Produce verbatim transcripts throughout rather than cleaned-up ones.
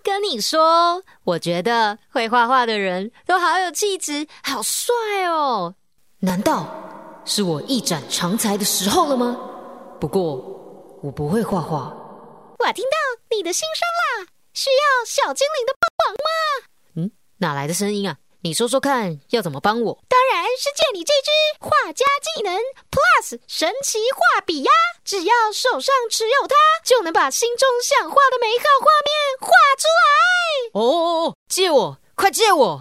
跟你说，我觉得会画画的人都好有气质，好帅哦。难道是我一展长才的时候了吗？不过我不会画画。 我听到你的心声啦，需要小精灵的帮忙吗？ 嗯，哪来的声音啊？你说说看，要怎么帮我？ 当然是借你这支画家技能 Plus 神奇画笔呀！只要手上持有它，就能把心中想画的美好画面画出来。 哦哦哦，借我，快借我！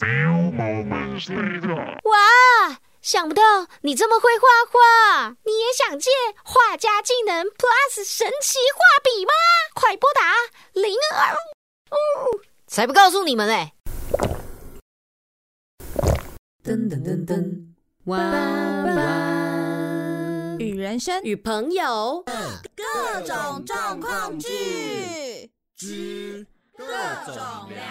哇，想不到你这么会画画，你也想借画家技能 Plus 神奇画笔吗？快拨打零二五， 才不告诉你们嘞！ 噔噔噔噔，弯弯与人生与朋友各种状况剧之各种聊。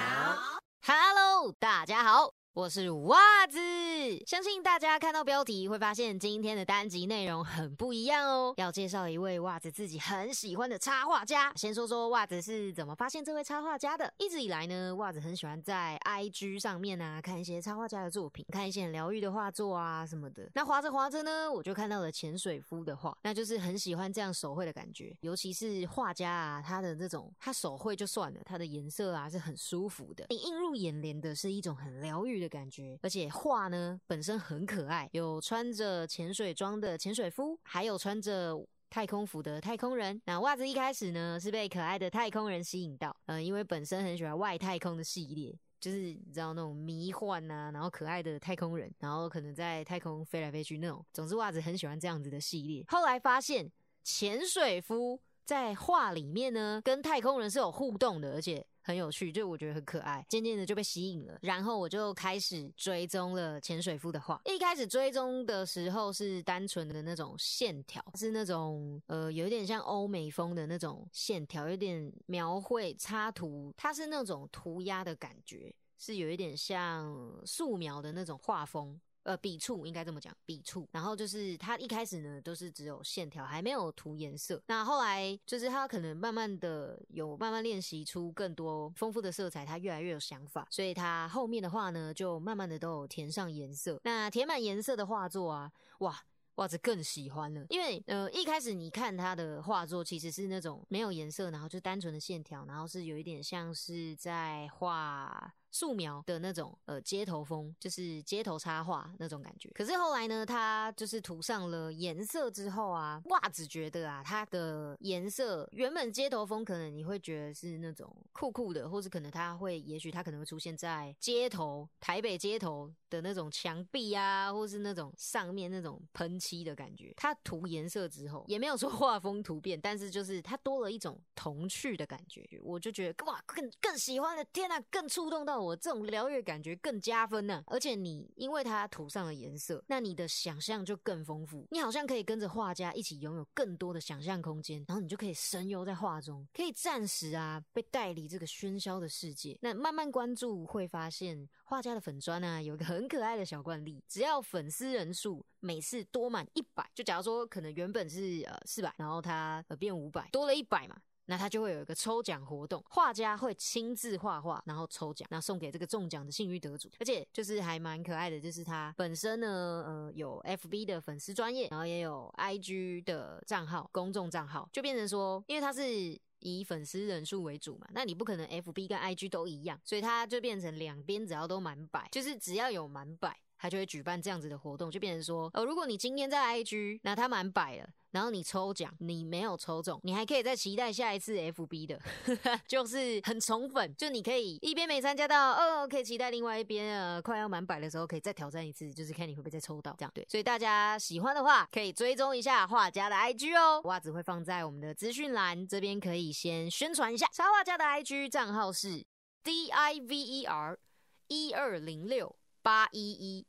Hello， 大家好，我是袜子。相信大家看到标题会发现今天的单集内容很不一样哦。要介绍一位袜子自己很喜欢的插画家。先说说袜子是怎么发现这位插画家的。一直以来呢，袜子很喜欢在 I G 上面啊看一些插画家的作品，看一些很疗愈的画作啊什么的。那滑着滑着呢，我就看到了潜水夫的画，那就是很喜欢这样手绘的感觉。尤其是画家啊，他的这种他手绘就算了，他的颜色啊是很舒服的，你映入眼帘的是一种很疗愈的感觉。而且画呢本身很可爱，有穿着潜水装的潜水夫，还有穿着太空服的太空人。那袜子一开始呢是被可爱的太空人吸引到，呃，因为本身很喜欢外太空的系列，就是你知道那种迷幻啊，然后可爱的太空人，然后可能在太空飞来飞去那种。总之袜子很喜欢这样子的系列。后来发现潜水夫在画里面呢跟太空人是有互动的，而且很有趣，就我觉得很可爱，渐渐的就被吸引了。然后我就开始追踪了潜水夫的画。一开始追踪的时候是单纯的那种线条，是那种呃有点像欧美风的那种线条，有点描绘插图，它是那种涂鸦的感觉，是有一点像素描的那种画风。呃，笔触应该这么讲，笔触。然后就是他一开始呢都是只有线条，还没有涂颜色。那后来就是他可能慢慢的有慢慢练习出更多丰富的色彩，他越来越有想法，所以他后面的画呢就慢慢的都有填上颜色。那填满颜色的画作啊，哇！袜子更喜欢了，因为呃一开始你看他的画作其实是那种没有颜色，然后就单纯的线条，然后是有一点像是在画素描的那种呃街头风，就是街头插画那种感觉。可是后来呢，他就是涂上了颜色之后啊，袜子觉得啊，它的颜色原本街头风可能你会觉得是那种酷酷的，或是可能它会，也许它可能会出现在街头，台北街头的那种墙壁啊，或是那种上面那种喷漆的感觉。它涂颜色之后，也没有说画风突变，但是就是它多了一种童趣的感觉，我就觉得哇，更更喜欢了，天哪，更触动到我，这种疗愈感觉更加分呢、啊。而且你因为它涂上了颜色，那你的想象就更丰富，你好像可以跟着画家一起拥有更多的想象空间，然后你就可以神游在画中，可以暂时啊被带离这个喧嚣的世界。那慢慢关注会发现，画家的粉专啊有一个很可爱的小惯例，只要粉丝人数每次多满一百，就假如说可能原本是呃四百，然后它呃变五百，多了一百嘛。那他就会有一个抽奖活动，画家会亲自画画，然后抽奖，然后送给这个中奖的幸运得主。而且就是还蛮可爱的，就是他本身呢，呃，有 F B 的粉丝专页，然后也有 I G 的账号，公众账号，就变成说，因为他是以粉丝人数为主嘛，那你不可能 F B 跟 I G 都一样，所以他就变成两边只要都满百，就是只要有满百，他就会举办这样子的活动，就变成说，呃，如果你今天在 I G， 那他满百了。然后你抽奖，你没有抽中，你还可以再期待下一次 F B 的，就是很宠粉，就你可以一边没参加到，哦，可以期待另外一边呃快要满百的时候可以再挑战一次，就是看你会不会再抽到，这样对。所以大家喜欢的话，可以追踪一下画家的 I G 哦，袜子会放在我们的资讯栏这边，可以先宣传一下。插画家的 I G 账号是 D I V E R 一二零六八一一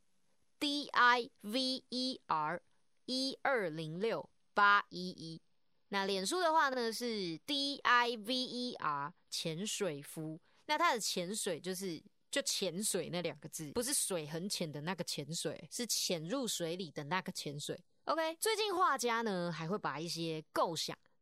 D I V E R 一二零六八一一。那脸书的话呢是 D I V E R 潜水夫，那它的潜水就是就潜水那两个字，不是水很浅的那个潜水，是潜入水里的那个潜水。OK， 最近画家呢还会把一些构想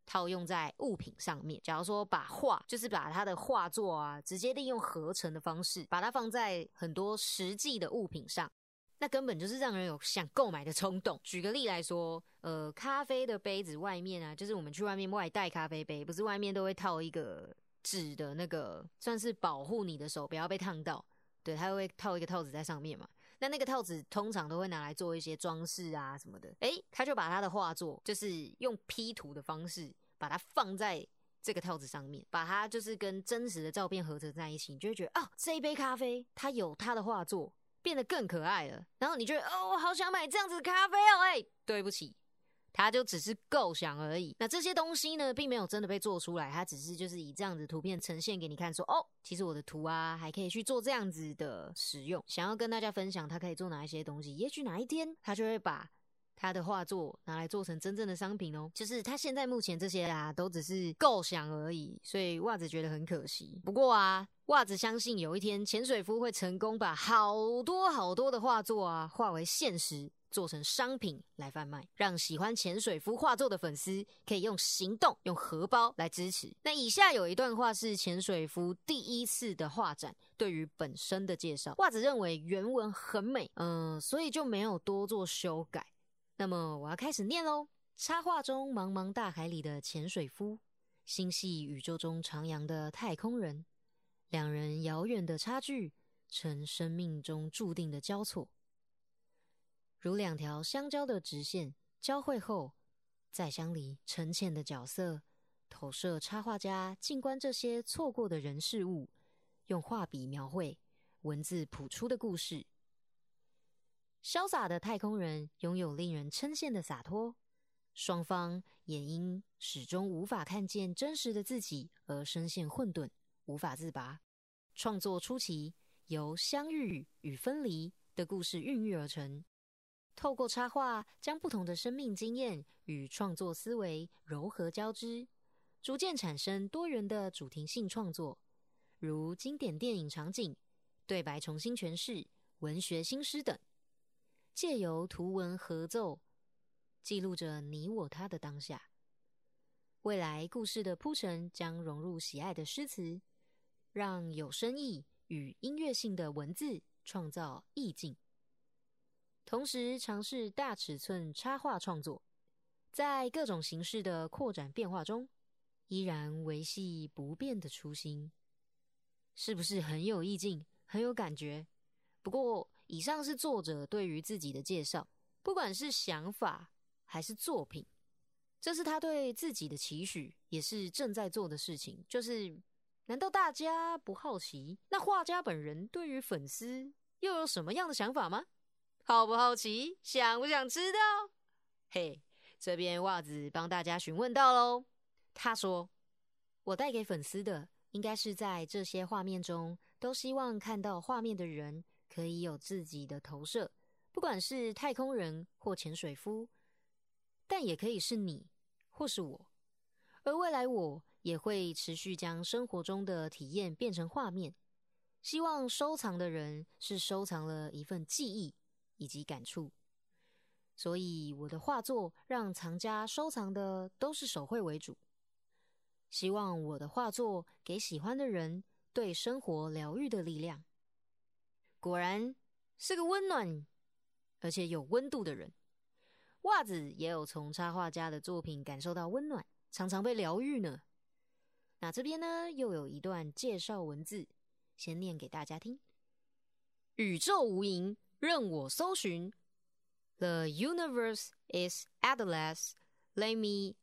套用在物品上面。假如说把画，就是把他的画作啊，直接利用合成的方式，把它放在很多实际的物品上，那根本就是让人有想购买的冲动。举个例来说，呃，咖啡的杯子外面啊，就是我们去外面外带咖啡杯，不是外面都会套一个纸的那个，算是保护你的手不要被烫到。对，它会套一个套子在上面嘛。那那个套子通常都会拿来做一些装饰啊什么的。诶，他就把他的画作，就是用 P 图的方式，把它放在这个套子上面，把它就是跟真实的照片合成在一起，你就会觉得啊，这一杯咖啡它有它的画作，变得更可爱了。然后你觉得哦，我好想买这样子的咖啡哦。诶，对不起，它就只是构想而已。那这些东西呢，并没有真的被做出来，它只是就是以这样子图片呈现给你看，说哦，其实我的图啊，还可以去做这样子的使用。想要跟大家分享它可以做哪一些东西，也许哪一天它就会把他的画作拿来做成真正的商品哦。就是他现在目前这些啊，都只是构想而已，所以袜子觉得很可惜。不过啊，袜子相信有一天潜水夫会成功把好多好多的画作啊化为现实，做成商品来贩卖，让喜欢潜水夫画作的粉丝可以用行动、用荷包来支持。那以下有一段话是潜水夫第一次的画展对于本身的介绍。袜子认为原文很美，嗯、呃，所以就没有多做修改。那么我要开始念咯。插画中茫茫大海里的潜水夫，星系宇宙中徜徉的太空人，两人遥远的差距成生命中注定的交错，如两条相交的直线交汇后再相离，沉潜的角色投射插画家静观这些错过的人事物，用画笔描绘，文字谱出的故事。潇洒的太空人拥有令人称羡的洒脱，双方也因始终无法看见真实的自己而深陷混沌，无法自拔。创作初期由相遇与分离的故事孕育而成，透过插画将不同的生命经验与创作思维糅合交织，逐渐产生多元的主题性创作，如经典电影场景、对白重新诠释、文学新诗等，借由图文合奏记录着你我他的当下。未来故事的铺陈将融入喜爱的诗词，让有深意与音乐性的文字创造意境，同时尝试大尺寸插画创作，在各种形式的扩展变化中，依然维系不变的初心。是不是很有意境，很有感觉？不过以上是作者对于自己的介绍，不管是想法还是作品，这是他对自己的期许，也是正在做的事情。就是难道大家不好奇，那画家本人对于粉丝又有什么样的想法吗？好不好奇？想不想知道？嘿，这边袜子帮大家询问到咯。他说，我带给粉丝的应该是在这些画面中都希望看到画面的人可以有自己的投射，不管是太空人或潜水夫，但也可以是你或是我。而未来我也会持续将生活中的体验变成画面，希望收藏的人是收藏了一份记忆以及感触。所以我的画作让藏家收藏的都是手绘为主，希望我的画作给喜欢的人对生活疗愈的力量。果然是个温暖而且有温度的人。袜子也有从插画家的作品感受到温暖，常常被疗愈呢。那这边呢，又有一段介绍文字，先念给大家听。宇宙无垠，任我搜寻。The universe is endless, let me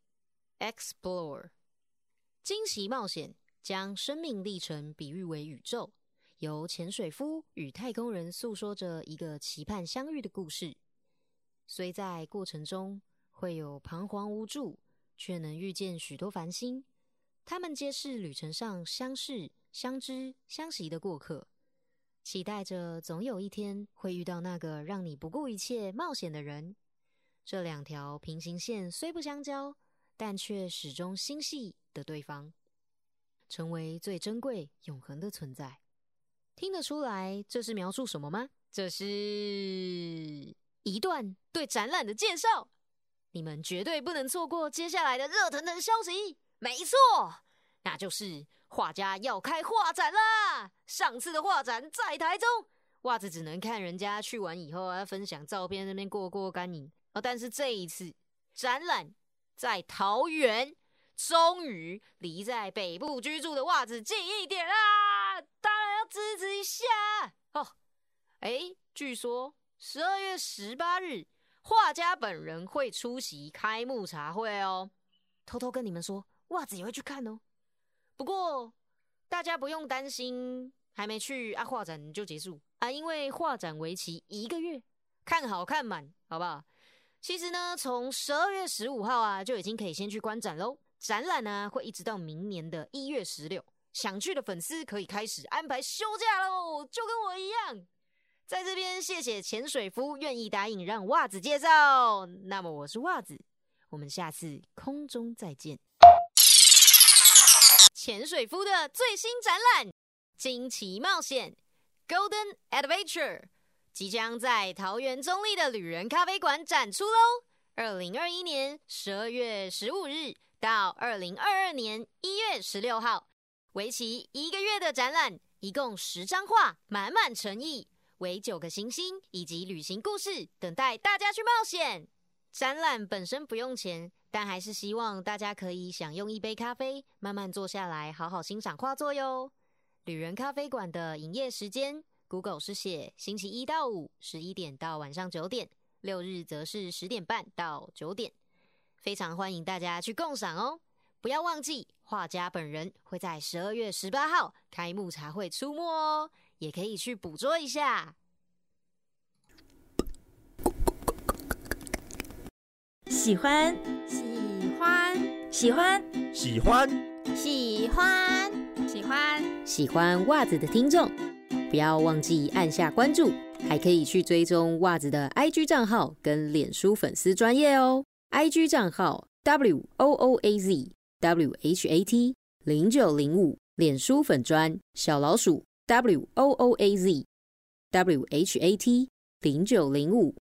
explore. 惊奇冒险将生命历程比喻为宇宙，由潜水夫与太空人诉说着一个期盼相遇的故事。虽在过程中会有彷徨无助，却能遇见许多繁星，他们皆是旅程上相识、相知、相惜的过客，期待着总有一天会遇到那个让你不顾一切冒险的人。这两条平行线虽不相交，但却始终心系的对方，成为最珍贵永恒的存在。听得出来这是描述什么吗？这是一段对展览的介绍。 你们绝对不能错过接下来的热腾腾消息。没错，那就是画家要开画展啦！上次的画展在台中，袜子只能看人家去完以后啊，分享照片那边过过干瘾哦。但是这一次展览在桃园，终于离在北部居住的袜子近一点啦！当然要支持一下哦。哎，据说十二月十八日，画家本人会出席开幕茶会哦。偷偷跟你们说，袜子也会去看哦。不过大家不用担心，还没去啊，画展就结束啊，因为画展为期一个月，看好看满，好不好？其实呢，从十二月十五号啊，就已经可以先去观展喽。展览呢，会一直到明年的一月十六，想去的粉丝可以开始安排休假喽，就跟我一样。在这边谢谢潜水夫愿意答应让袜子介绍。那么我是袜子，我们下次空中再见。潜水夫的最新展览《惊奇冒险 Golden Adventure》即将在桃园中立的旅人咖啡馆展出喽！二零二一年十二月十五日到二零二二年一月十六号，为期一个月的展览，一共十张画，满满诚意，为九个行星以及旅行故事，等待大家去冒险。展览本身不用钱，但还是希望大家可以享用一杯咖啡，慢慢坐下来，好好欣赏画作哟。旅人咖啡馆的营业时间 ，Google 是写星期一到五十一点到晚上九点，六日则是十点半到九点。非常欢迎大家去共赏哦！不要忘记，画家本人会在十二月十八号开幕茶会出没哦，也可以去捕捉一下。 喜欢， 喜欢， 喜欢， 喜欢， 喜欢，喜欢， 喜欢袜子的听众，不要忘记按下关注，还可以去追踪袜子的 I G 账号跟脸书粉丝专页哦。I G 账号 W O O A Z W H A T 零九零五，脸书粉专小老鼠 W O O A Z W H A T 零九零五。